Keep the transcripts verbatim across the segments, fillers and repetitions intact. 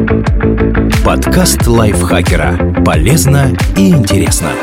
Подкаст лайфхакера. Полезно и интересно.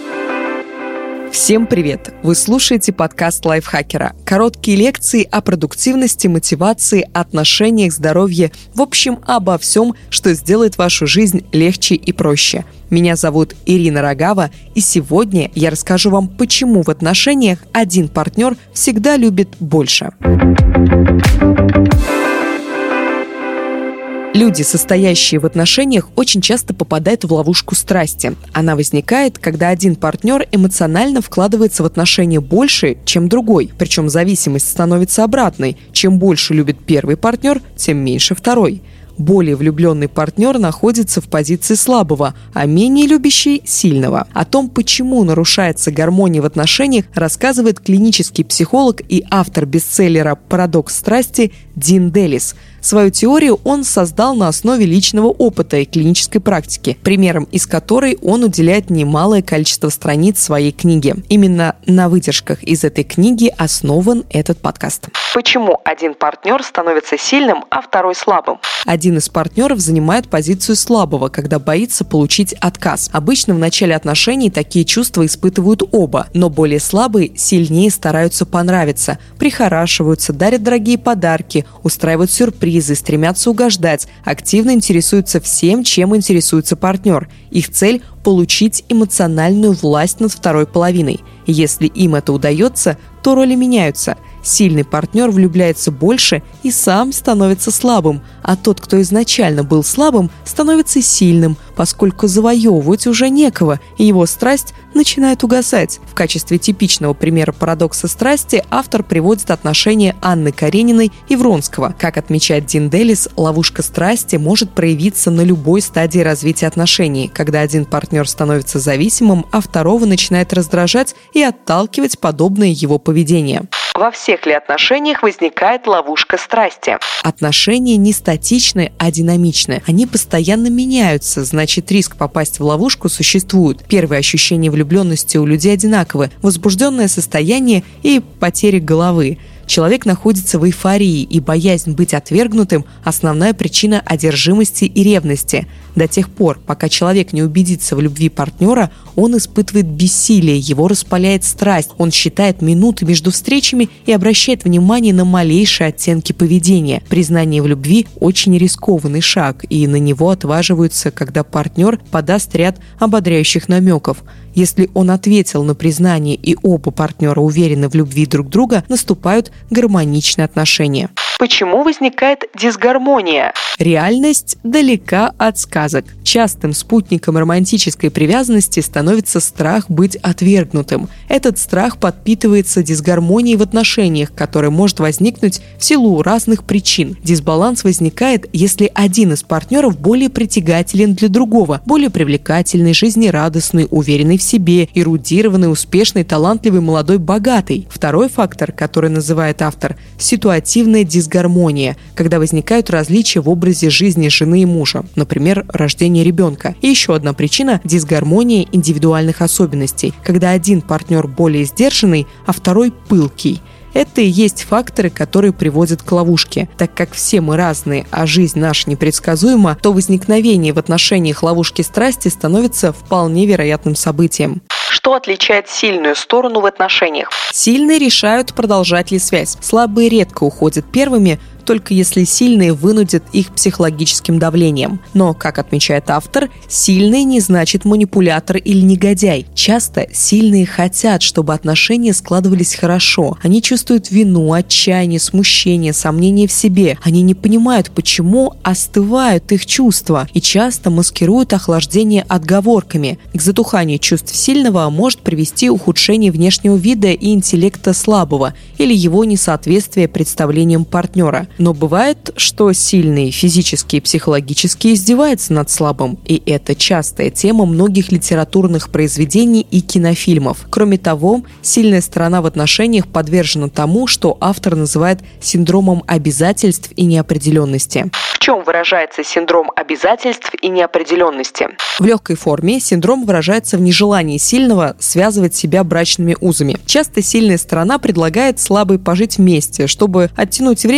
Всем привет! Вы слушаете подкаст лайфхакера. Короткие лекции о продуктивности, мотивации, отношениях, здоровье. В общем, обо всем, что сделает вашу жизнь легче и проще. Меня зовут Ирина Рогава, и сегодня я расскажу вам, почему в отношениях один партнер всегда любит больше. Люди, состоящие в отношениях, очень часто попадают в ловушку страсти. Она возникает, когда один партнер эмоционально вкладывается в отношения больше, чем другой. Причем зависимость становится обратной. Чем больше любит первый партнер, тем меньше второй. Более влюбленный партнер находится в позиции слабого, а менее любящий – сильного. О том, почему нарушается гармония в отношениях, рассказывает клинический психолог и автор бестселлера «Парадокс страсти» Дин Делис. Свою теорию он создал на основе личного опыта и клинической практики, примером из которой он уделяет немалое количество страниц своей книги. Именно на выдержках из этой книги основан этот подкаст. Почему один партнер становится сильным, а второй слабым? Один из партнеров занимает позицию слабого, когда боится получить отказ. Обычно в начале отношений такие чувства испытывают оба, но более слабые сильнее стараются понравиться, прихорашиваются, дарят дорогие подарки, устраивают сюрпризы, стремятся угождать, активно интересуются всем, чем интересуется партнер. Их цель – получить эмоциональную власть над второй половиной. И если им это удается, то роли меняются. Сильный партнер влюбляется больше и сам становится слабым, а тот, кто изначально был слабым, становится сильным, поскольку завоевывать уже некого, и его страсть начинает угасать. В качестве типичного примера парадокса страсти автор приводит отношения Анны Карениной и Вронского. Как отмечает Дин Делис, ловушка страсти может проявиться на любой стадии развития отношений, когда один партнер становится зависимым, а второго начинает раздражать и отталкивать подобное его поведение. Во всех ли отношениях возникает ловушка страсти? Отношения не статичны, а динамичны. Они постоянно меняются, значит, риск попасть в ловушку существует. Первые ощущения влюбленности у людей одинаковы: возбужденное состояние и потеря головы. Человек находится в эйфории, и боязнь быть отвергнутым – основная причина одержимости и ревности. До тех пор, пока человек не убедится в любви партнера, он испытывает бессилие, его распаляет страсть, он считает минуты между встречами и обращает внимание на малейшие оттенки поведения. Признание в любви – очень рискованный шаг, и на него отваживаются, когда партнер подаст ряд ободряющих намеков. Если он ответил на признание и оба партнера уверены в любви друг друга, наступают гармоничные отношения. Почему возникает дисгармония? Реальность далека от сказок. Частым спутником романтической привязанности становится страх быть отвергнутым. Этот страх подпитывается дисгармонией в отношениях, которая может возникнуть в силу разных причин. Дисбаланс возникает, если один из партнеров более притягателен для другого, более привлекательный, жизнерадостный, уверенный в себе, эрудированный, успешный, талантливый, молодой, богатый. Второй фактор, который называет автор – ситуативная дисгармония, когда возникают различия в образе жизни жены и мужа, например, рождение ребенка. И еще одна причина – дисгармония индивидуальных особенностей, когда один партнер более сдержанный, а второй пылкий. Это и есть факторы, которые приводят к ловушке. Так как все мы разные, а жизнь наша непредсказуема, то возникновение в отношениях ловушки страсти становится вполне вероятным событием. Что отличает сильную сторону в отношениях? Сильные решают, продолжать ли связь. Слабые редко уходят первыми, только если сильные вынудят их психологическим давлением. Но, как отмечает автор, сильный не значит манипулятор или негодяй. Часто сильные хотят, чтобы отношения складывались хорошо. Они чувствуют вину, отчаяние, смущение, сомнение в себе. Они не понимают, почему остывают их чувства, и часто маскируют охлаждение отговорками. К затуханию чувств сильного может привести ухудшение внешнего вида и интеллекта слабого или его несоответствие представлениям партнера. Но бывает, что сильный физически и психологически издевается над слабым, и это частая тема многих литературных произведений и кинофильмов. Кроме того, сильная сторона в отношениях подвержена тому, что автор называет синдромом обязательств и неопределенности. В чем выражается синдром обязательств и неопределенности? В легкой форме синдром выражается в нежелании сильного связывать себя брачными узами. Часто сильная сторона предлагает слабой пожить вместе, чтобы оттянуть время принятия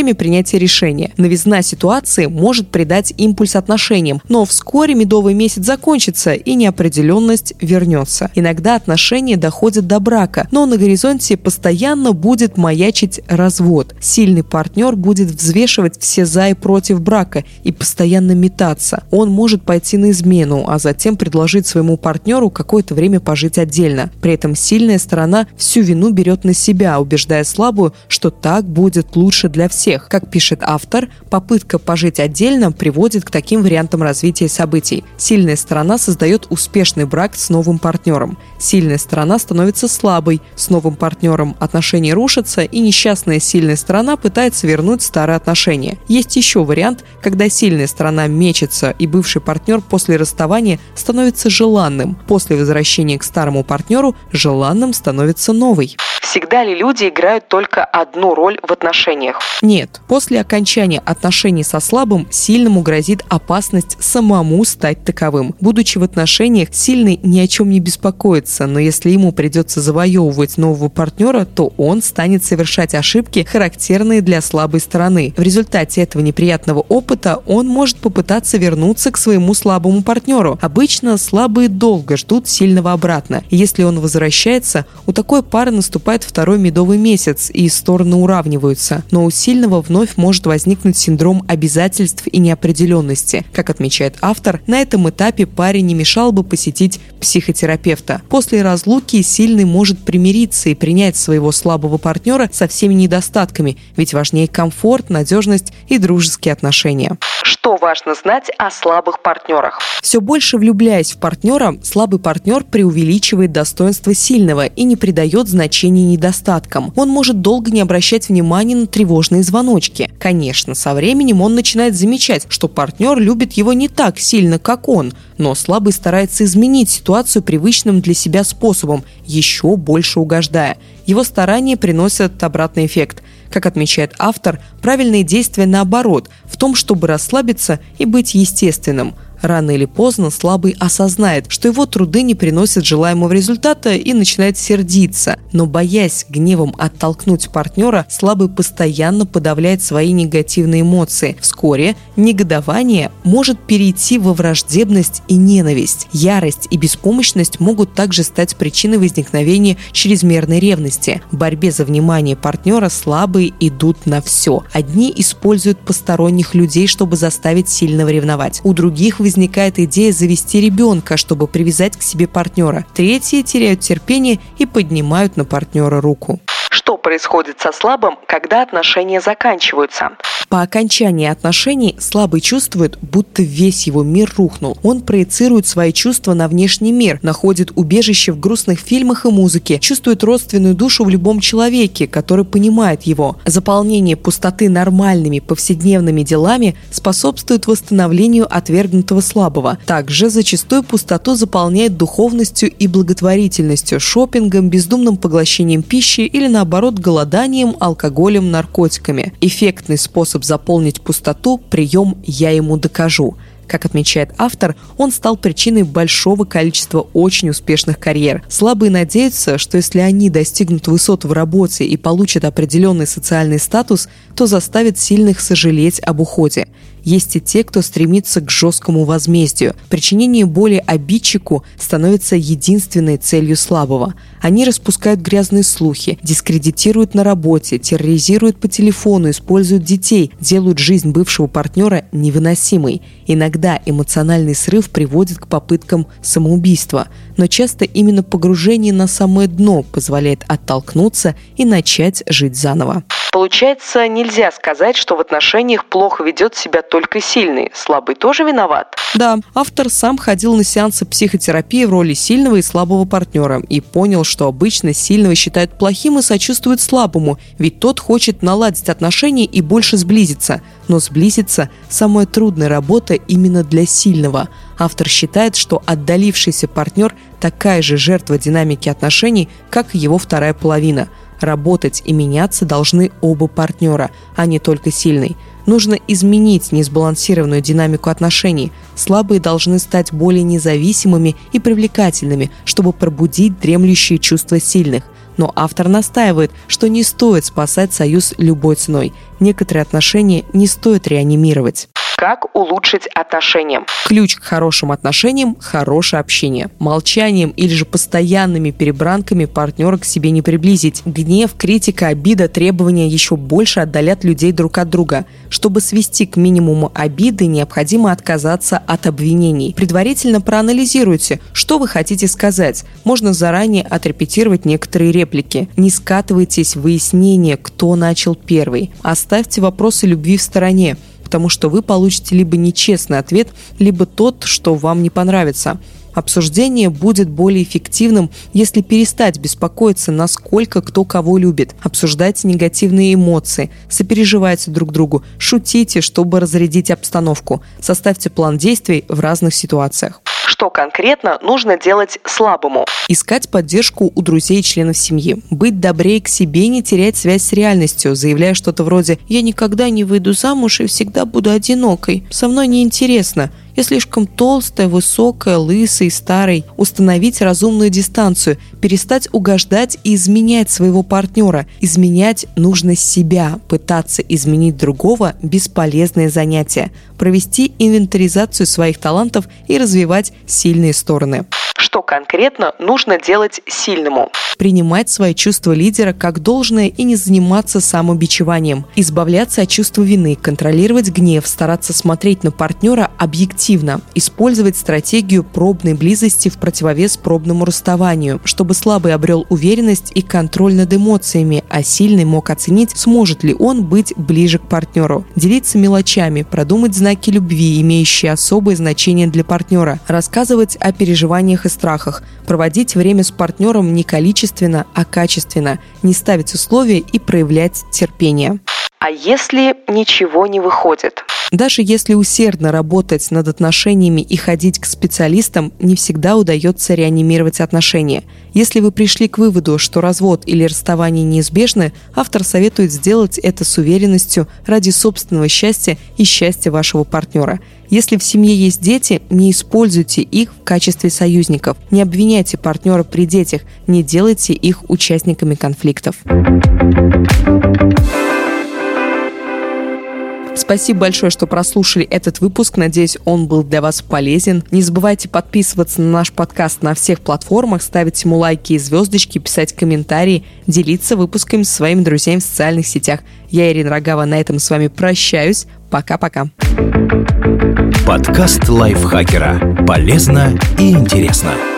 принятия решения. Новизна ситуации может придать импульс отношениям, но вскоре медовый месяц закончится и неопределенность вернется. Иногда отношения доходят до брака, но на горизонте постоянно будет маячить развод. Сильный партнер будет взвешивать все за и против брака и постоянно метаться. Он может пойти на измену, а затем предложить своему партнеру какое-то время пожить отдельно. При этом сильная сторона всю вину берет на себя, убеждая слабую, что так будет лучше для всех. Как пишет автор, попытка пожить отдельно приводит к таким вариантам развития событий. Сильная сторона создает успешный брак с новым партнером. Сильная сторона становится слабой с новым партнером, отношения рушатся, и несчастная сильная сторона пытается вернуть старые отношения. Есть еще вариант, когда сильная сторона мечется, и бывший партнер после расставания становится желанным. После возвращения к старому партнеру желанным становится новый. Всегда ли люди играют только одну роль в отношениях? Нет. После окончания отношений со слабым, сильному грозит опасность самому стать таковым. Будучи в отношениях, сильный ни о чем не беспокоится, но если ему придется завоевывать нового партнера, то он станет совершать ошибки, характерные для слабой стороны. В результате этого неприятного опыта он может попытаться вернуться к своему слабому партнеру. Обычно слабые долго ждут сильного обратно. И если он возвращается, у такой пары наступает второй медовый месяц, и стороны уравниваются. Но у сильного вновь может возникнуть синдром обязательств и неопределенности. Как отмечает автор, на этом этапе паре не мешало бы посетить психотерапевта. После разлуки сильный может примириться и принять своего слабого партнера со всеми недостатками, ведь важнее комфорт, надежность и дружеские отношения. Что важно знать о слабых партнерах? Все больше влюбляясь в партнера, слабый партнер преувеличивает достоинство сильного и не придает значения недостаткам. Он может долго не обращать внимания на тревожные звоночки. Конечно, со временем он начинает замечать, что партнер любит его не так сильно, как он, но слабый старается изменить ситуацию привычным для себя способом, еще больше угождая. Его старания приносят обратный эффект. Как отмечает автор, правильные действия наоборот, в том, чтобы расслабиться и быть естественным. Рано или поздно слабый осознает, что его труды не приносят желаемого результата и начинает сердиться. Но боясь гневом оттолкнуть партнера, слабый постоянно подавляет свои негативные эмоции. Вскоре негодование может перейти во враждебность и ненависть. Ярость и беспомощность могут также стать причиной возникновения чрезмерной ревности. В борьбе за внимание партнера слабые идут на все. Одни используют посторонних людей, чтобы заставить сильного ревновать. У других возникает идея завести ребенка, чтобы привязать к себе партнера. Третьи теряют терпение и поднимают на партнера руку. Что происходит со слабым, когда отношения заканчиваются? По окончании отношений слабый чувствует, будто весь его мир рухнул. Он проецирует свои чувства на внешний мир, находит убежище в грустных фильмах и музыке, чувствует родственную душу в любом человеке, который понимает его. Заполнение пустоты нормальными повседневными делами способствует восстановлению отвергнутого слабого. Также зачастую пустоту заполняет духовностью и благотворительностью, шопингом, бездумным поглощением пищи или, наоборот, голоданием, алкоголем, наркотиками. Эффектный способ заполнить пустоту – прием «я ему докажу». Как отмечает автор, он стал причиной большого количества очень успешных карьер. Слабые надеются, что если они достигнут высот в работе и получат определенный социальный статус, то заставят сильных сожалеть об уходе. Есть и те, кто стремится к жесткому возмездию. Причинение боли обидчику становится единственной целью слабого. Они распускают грязные слухи, дискредитируют на работе, терроризируют по телефону, используют детей, делают жизнь бывшего партнера невыносимой. Иногда эмоциональный срыв приводит к попыткам самоубийства, но часто именно погружение на самое дно позволяет оттолкнуться и начать жить заново. Получается, нельзя сказать, что в отношениях плохо ведет себя только сильный. Слабый тоже виноват? Да, автор сам ходил на сеансы психотерапии в роли сильного и слабого партнера и понял, что обычно сильного считают плохим и сочувствуют слабому, ведь тот хочет наладить отношения и больше сблизиться. Но сблизиться – самая трудная работа именно для сильного. Автор считает, что отдалившийся партнер – такая же жертва динамики отношений, как и его вторая половина. Работать и меняться должны оба партнера, а не только сильный. Нужно изменить несбалансированную динамику отношений. Слабые должны стать более независимыми и привлекательными, чтобы пробудить дремлющие чувства сильных. Но автор настаивает, что не стоит спасать союз любой ценой. Некоторые отношения не стоит реанимировать. Как улучшить отношения? Ключ к хорошим отношениям – хорошее общение. Молчанием или же постоянными перебранками партнера к себе не приблизить. Гнев, критика, обида, требования еще больше отдалят людей друг от друга. Чтобы свести к минимуму обиды, необходимо отказаться от обвинений. Предварительно проанализируйте, что вы хотите сказать. Можно заранее отрепетировать некоторые реплики. Не скатывайтесь в выяснение, кто начал первый. Оставьте вопросы любви в стороне, потому что вы получите либо нечестный ответ, либо тот, что вам не понравится. Обсуждение будет более эффективным, если перестать беспокоиться, насколько кто кого любит. Обсуждайте негативные эмоции, сопереживайте друг другу, шутите, чтобы разрядить обстановку. Составьте план действий в разных ситуациях. Что конкретно нужно делать слабому? Искать поддержку у друзей и членов семьи. Быть добрее к себе и не терять связь с реальностью, заявляя что-то вроде «Я никогда не выйду замуж и всегда буду одинокой. Со мной неинтересно. Я слишком толстая, высокая, лысая и старой». Установить разумную дистанцию, перестать угождать и изменять своего партнера. Изменять нужно себя. Пытаться изменить другого – бесполезное занятие. Провести инвентаризацию своих талантов и развивать сильные стороны. Что конкретно нужно делать сильному? Принимать свои чувства лидера как должное и не заниматься самобичеванием. Избавляться от чувства вины, контролировать гнев, стараться смотреть на партнера объективно. Использовать стратегию пробной близости в противовес пробному расставанию, чтобы слабый обрел уверенность и контроль над эмоциями, а сильный мог оценить, сможет ли он быть ближе к партнеру. Делиться мелочами, продумать знаки любви, имеющие особое значение для партнера, рассказывать о переживаниях и страхах, проводить время с партнером не количественно, а качественно, не ставить условия и проявлять терпение. А если ничего не выходит? Даже если усердно работать над отношениями и ходить к специалистам, не всегда удается реанимировать отношения. Если вы пришли к выводу, что развод или расставание неизбежны, автор советует сделать это с уверенностью ради собственного счастья и счастья вашего партнера. Если в семье есть дети, не используйте их в качестве союзников. Не обвиняйте партнера при детях, не делайте их участниками конфликтов. Спасибо большое, что прослушали этот выпуск. Надеюсь, он был для вас полезен. Не забывайте подписываться на наш подкаст на всех платформах, ставить ему лайки и звездочки, писать комментарии, делиться выпусками со своими друзьями в социальных сетях. Я, Ирина Рогава, на этом с вами прощаюсь. Пока-пока. Подкаст лайфхакера. Полезно и интересно.